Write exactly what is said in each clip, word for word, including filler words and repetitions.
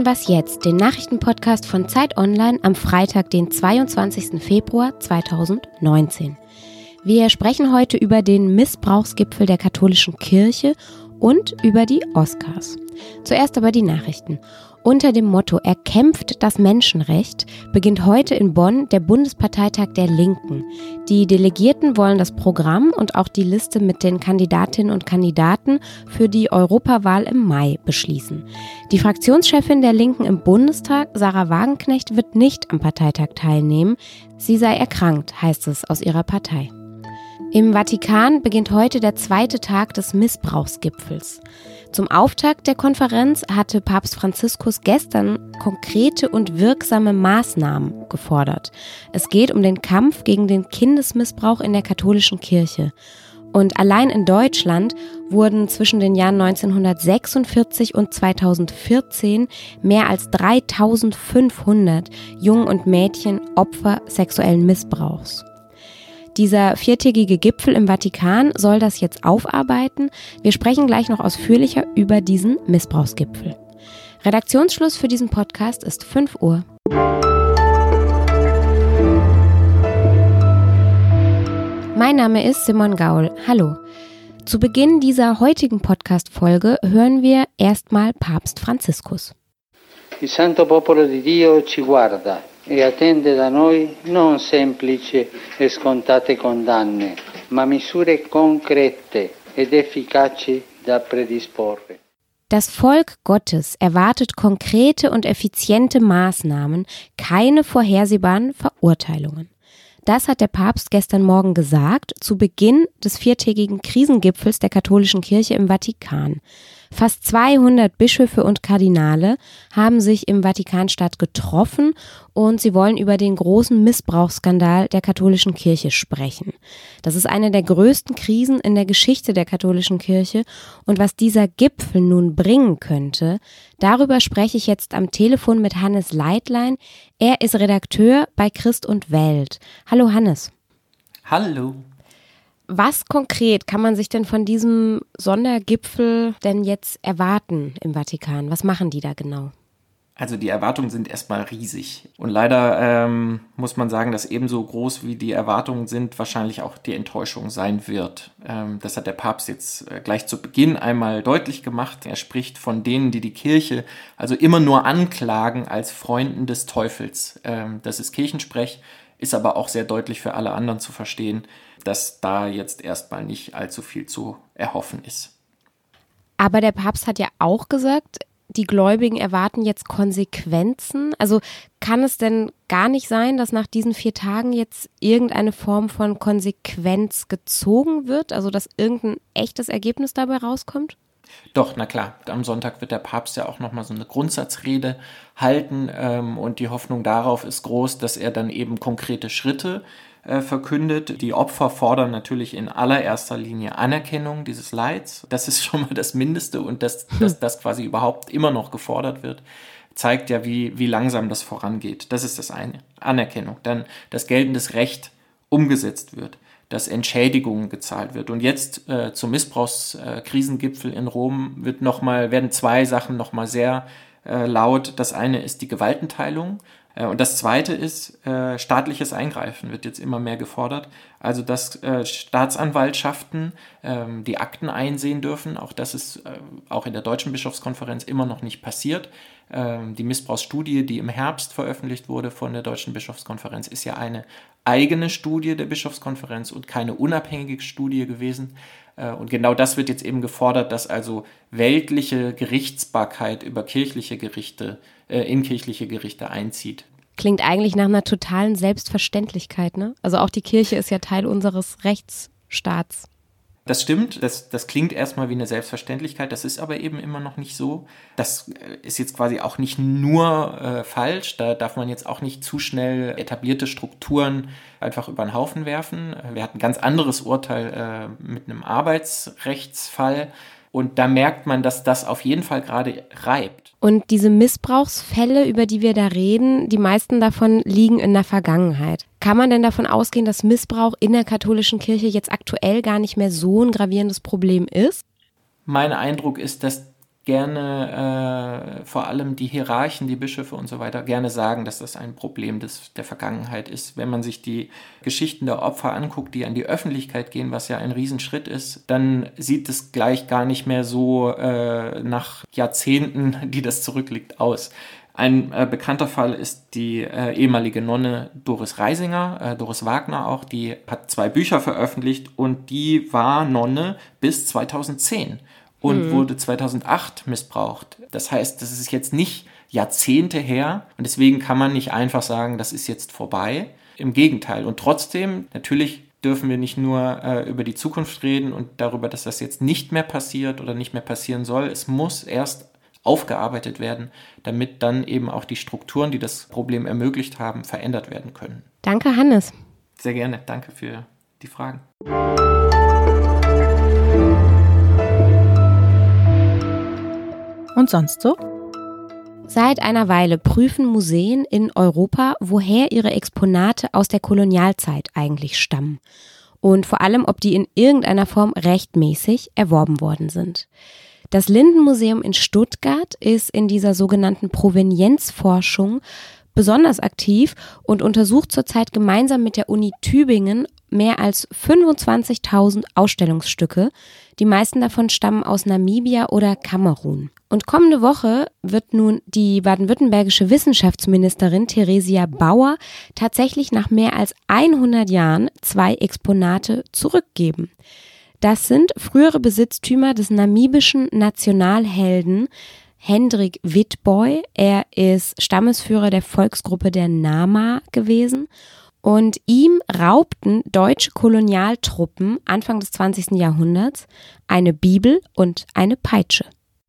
Was jetzt, den Nachrichtenpodcast von Zeit Online am Freitag, den zweiundzwanzigsten Februar zweitausendneunzehn. Wir sprechen heute über den Missbrauchsgipfel der katholischen Kirche und über die Oscars. Zuerst aber die Nachrichten. Unter dem Motto „Er kämpft das Menschenrecht" beginnt heute in Bonn der Bundesparteitag der Linken. Die Delegierten wollen das Programm und auch die Liste mit den Kandidatinnen und Kandidaten für die Europawahl im Mai beschließen. Die Fraktionschefin der Linken im Bundestag, Sarah Wagenknecht, wird nicht am Parteitag teilnehmen. Sie sei erkrankt, heißt es aus ihrer Partei. Im Vatikan beginnt heute der zweite Tag des Missbrauchsgipfels. Zum Auftakt der Konferenz hatte Papst Franziskus gestern konkrete und wirksame Maßnahmen gefordert. Es geht um den Kampf gegen den Kindesmissbrauch in der katholischen Kirche. Und allein in Deutschland wurden zwischen den Jahren neunzehnhundertsechsundvierzig und zweitausendvierzehn mehr als dreitausendfünfhundert Jungen und Mädchen Opfer sexuellen Missbrauchs. Dieser viertägige Gipfel im Vatikan soll das jetzt aufarbeiten. Wir sprechen gleich noch ausführlicher über diesen Missbrauchsgipfel. Redaktionsschluss für diesen Podcast ist fünf Uhr. Mein Name ist Simon Gaul. Hallo. Zu Beginn dieser heutigen Podcast-Folge hören wir erstmal Papst Franziskus. Il Santo Popolo di Dio ci guarda e attende da noi non semplici e scontate condanne, ma misure concrete ed efficaci da predisporre. Das Volk Gottes erwartet konkrete und effiziente Maßnahmen, keine vorhersehbaren Verurteilungen. Das hat der Papst gestern Morgen gesagt, zu Beginn des viertägigen Krisengipfels der katholischen Kirche im Vatikan. Fast zweihundert Bischöfe und Kardinale haben sich im Vatikanstadt getroffen und sie wollen über den großen Missbrauchsskandal der katholischen Kirche sprechen. Das ist eine der größten Krisen in der Geschichte der katholischen Kirche und was dieser Gipfel nun bringen könnte, darüber spreche ich jetzt am Telefon mit Hannes Leitlein. Er ist Redakteur bei Christ und Welt. Hallo Hannes. Hallo. Was konkret kann man sich denn von diesem Sondergipfel denn jetzt erwarten im Vatikan? Was machen die da genau? Also die Erwartungen sind erstmal riesig. Und leider ähm, muss man sagen, dass ebenso groß wie die Erwartungen sind, wahrscheinlich auch die Enttäuschung sein wird. Ähm, das hat der Papst jetzt äh, gleich zu Beginn einmal deutlich gemacht. Er spricht von denen, die die Kirche also immer nur anklagen als Freunden des Teufels. Ähm, das ist Kirchensprech, ist aber auch sehr deutlich für alle anderen zu verstehen, dass da jetzt erstmal nicht allzu viel zu erhoffen ist. Aber der Papst hat ja auch gesagt, die Gläubigen erwarten jetzt Konsequenzen. Also kann es denn gar nicht sein, dass nach diesen vier Tagen jetzt irgendeine Form von Konsequenz gezogen wird? Also dass irgendein echtes Ergebnis dabei rauskommt? Doch, na klar. Am Sonntag wird der Papst ja auch nochmal so eine Grundsatzrede halten ähm, und die Hoffnung darauf ist groß, dass er dann eben konkrete Schritte äh, verkündet. Die Opfer fordern natürlich in allererster Linie Anerkennung dieses Leids. Das ist schon mal das Mindeste und dass, dass das quasi überhaupt immer noch gefordert wird, zeigt ja, wie, wie langsam das vorangeht. Das ist das eine. Anerkennung. Dann, dass geltendes Recht umgesetzt wird, dass Entschädigungen gezahlt wird. Und jetzt äh, zum Missbrauchskrisengipfel äh, in Rom wird noch mal, werden zwei Sachen nochmal sehr äh, laut. Das eine ist die Gewaltenteilung äh, und das zweite ist äh, staatliches Eingreifen, wird jetzt immer mehr gefordert. Also dass äh, Staatsanwaltschaften äh, die Akten einsehen dürfen. Auch das ist äh, auch in der Deutschen Bischofskonferenz immer noch nicht passiert. Äh, die Missbrauchsstudie, die im Herbst veröffentlicht wurde von der Deutschen Bischofskonferenz, ist ja eine eigene Studie der Bischofskonferenz und keine unabhängige Studie gewesen. Und genau das wird jetzt eben gefordert, dass also weltliche Gerichtsbarkeit über kirchliche Gerichte, äh, in kirchliche Gerichte einzieht. Klingt eigentlich nach einer totalen Selbstverständlichkeit, ne? Also auch die Kirche ist ja Teil unseres Rechtsstaats. Das stimmt, das, das klingt erstmal wie eine Selbstverständlichkeit, das ist aber eben immer noch nicht so. Das ist jetzt quasi auch nicht nur äh, falsch, da darf man jetzt auch nicht zu schnell etablierte Strukturen einfach über den Haufen werfen. Wir hatten ein ganz anderes Urteil äh, mit einem Arbeitsrechtsfall und da merkt man, dass das auf jeden Fall gerade reibt. Und diese Missbrauchsfälle, über die wir da reden, die meisten davon liegen in der Vergangenheit. Kann man denn davon ausgehen, dass Missbrauch in der katholischen Kirche jetzt aktuell gar nicht mehr so ein gravierendes Problem ist? Mein Eindruck ist, dass gerne, äh, vor allem die Hierarchen, die Bischöfe und so weiter, gerne sagen, dass das ein Problem des, der Vergangenheit ist. Wenn man sich die Geschichten der Opfer anguckt, die an die Öffentlichkeit gehen, was ja ein Riesenschritt ist, dann sieht es gleich gar nicht mehr so äh, nach Jahrzehnten, die das zurückliegt, aus. Ein äh, bekannter Fall ist die äh, ehemalige Nonne Doris Reisinger, äh, Doris Wagner auch, die hat zwei Bücher veröffentlicht und die war Nonne bis zweitausendzehn. Und mhm. wurde zweitausendacht missbraucht. Das heißt, das ist jetzt nicht Jahrzehnte her und deswegen kann man nicht einfach sagen, das ist jetzt vorbei. Im Gegenteil. Und trotzdem, natürlich dürfen wir nicht nur äh, über die Zukunft reden und darüber, dass das jetzt nicht mehr passiert oder nicht mehr passieren soll. Es muss erst aufgearbeitet werden, damit dann eben auch die Strukturen, die das Problem ermöglicht haben, verändert werden können. Danke, Hannes. Sehr gerne. Danke für die Fragen. Und sonst so? Seit einer Weile prüfen Museen in Europa, woher ihre Exponate aus der Kolonialzeit eigentlich stammen. Und vor allem, ob die in irgendeiner Form rechtmäßig erworben worden sind. Das Lindenmuseum in Stuttgart ist in dieser sogenannten Provenienzforschung besonders aktiv und untersucht zurzeit gemeinsam mit der Uni Tübingen mehr als fünfundzwanzigtausend Ausstellungsstücke. Die meisten davon stammen aus Namibia oder Kamerun. Und kommende Woche wird nun die baden-württembergische Wissenschaftsministerin Theresia Bauer tatsächlich nach mehr als hundert Jahren zwei Exponate zurückgeben. Das sind frühere Besitztümer des namibischen Nationalhelden Hendrik Witbooi. Er ist Stammesführer der Volksgruppe der Nama gewesen. Und ihm raubten deutsche Kolonialtruppen Anfang des zwanzigsten Jahrhunderts eine Bibel und eine Peitsche.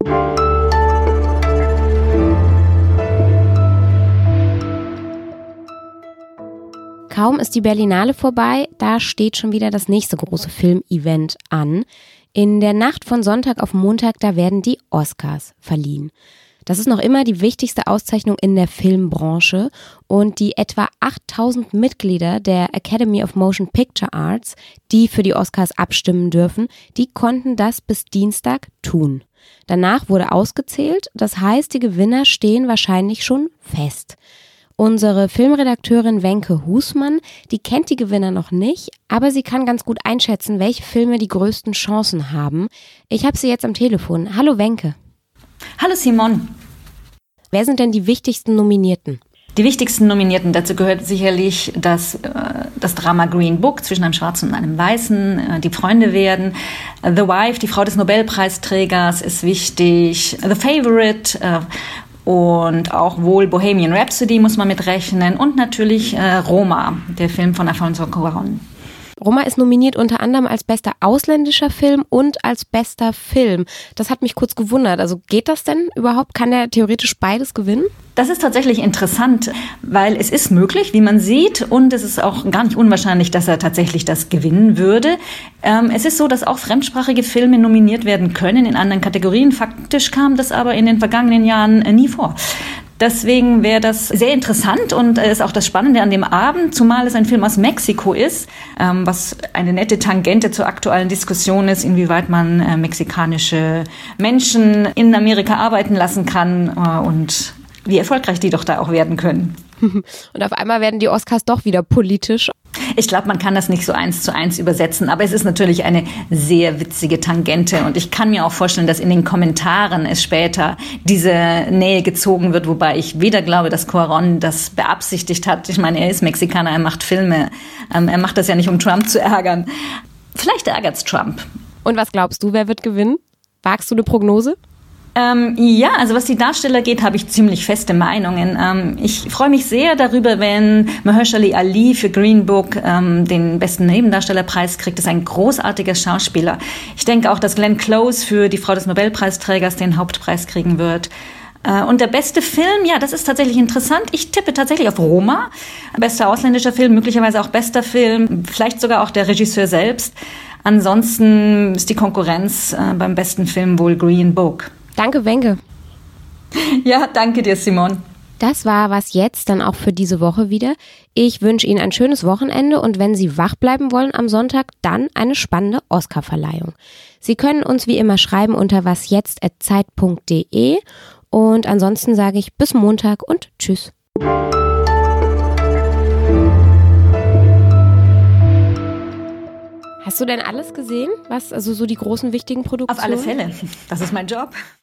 Kaum ist die Berlinale vorbei, da steht schon wieder das nächste große Filmevent an. In der Nacht von Sonntag auf Montag, da werden die Oscars verliehen. Das ist noch immer die wichtigste Auszeichnung in der Filmbranche und die etwa achttausend Mitglieder der Academy of Motion Picture Arts, die für die Oscars abstimmen dürfen, die konnten das bis Dienstag tun. Danach wurde ausgezählt, das heißt, die Gewinner stehen wahrscheinlich schon fest. Unsere Filmredakteurin Wenke Husmann, die kennt die Gewinner noch nicht, aber sie kann ganz gut einschätzen, welche Filme die größten Chancen haben. Ich habe sie jetzt am Telefon. Hallo Wenke. Hallo Simon. Wer sind denn die wichtigsten Nominierten? Die wichtigsten Nominierten, dazu gehört sicherlich das, äh, das Drama Green Book zwischen einem Schwarzen und einem Weißen, äh, die Freunde werden. The Wife, die Frau des Nobelpreisträgers, ist wichtig. The Favorite äh, und auch wohl Bohemian Rhapsody muss man mitrechnen. Und natürlich äh, Roma, der Film von Alfonso Cuarón. Roma ist nominiert unter anderem als bester ausländischer Film und als bester Film. Das hat mich kurz gewundert. Also geht das denn überhaupt? Kann der theoretisch beides gewinnen? Das ist tatsächlich interessant, weil es ist möglich, wie man sieht, und es ist auch gar nicht unwahrscheinlich, dass er tatsächlich das gewinnen würde. Ähm, es ist so, dass auch fremdsprachige Filme nominiert werden können in anderen Kategorien. Faktisch kam das aber in den vergangenen Jahren äh, nie vor. Deswegen wäre das sehr interessant und ist auch das Spannende an dem Abend, zumal es ein Film aus Mexiko ist, ähm, was eine nette Tangente zur aktuellen Diskussion ist, inwieweit man äh, mexikanische Menschen in Amerika arbeiten lassen kann äh, und wie erfolgreich die doch da auch werden können. Und auf einmal werden die Oscars doch wieder politisch. Ich glaube, man kann das nicht so eins zu eins übersetzen, aber es ist natürlich eine sehr witzige Tangente und ich kann mir auch vorstellen, dass in den Kommentaren es später diese Nähe gezogen wird, wobei ich weder glaube, dass Cuarón das beabsichtigt hat. Ich meine, er ist Mexikaner, er macht Filme, ähm, er macht das ja nicht, um Trump zu ärgern. Vielleicht ärgert's Trump. Und was glaubst du, wer wird gewinnen? Wagst du eine Prognose? Ähm, ja, also was die Darsteller geht, habe ich ziemlich feste Meinungen. Ähm, ich freue mich sehr darüber, wenn Mahershala Ali für Green Book ähm, den besten Nebendarstellerpreis kriegt. Das ist ein großartiger Schauspieler. Ich denke auch, dass Glenn Close für die Frau des Nobelpreisträgers den Hauptpreis kriegen wird. Äh, und der beste Film, ja, das ist tatsächlich interessant. Ich tippe tatsächlich auf Roma. Bester ausländischer Film, möglicherweise auch bester Film, vielleicht sogar auch der Regisseur selbst. Ansonsten ist die Konkurrenz äh, beim besten Film wohl Green Book. Danke, Wenke. Ja, danke dir, Simon. Das war was jetzt dann auch für diese Woche wieder. Ich wünsche Ihnen ein schönes Wochenende und wenn Sie wach bleiben wollen am Sonntag, dann eine spannende Oscarverleihung. Sie können uns wie immer schreiben unter wasjetzt at zeit punkt de und ansonsten sage ich bis Montag und tschüss. Hast du denn alles gesehen? Was, also so die großen wichtigen Produktionen? Auf alle Fälle. Das ist mein Job.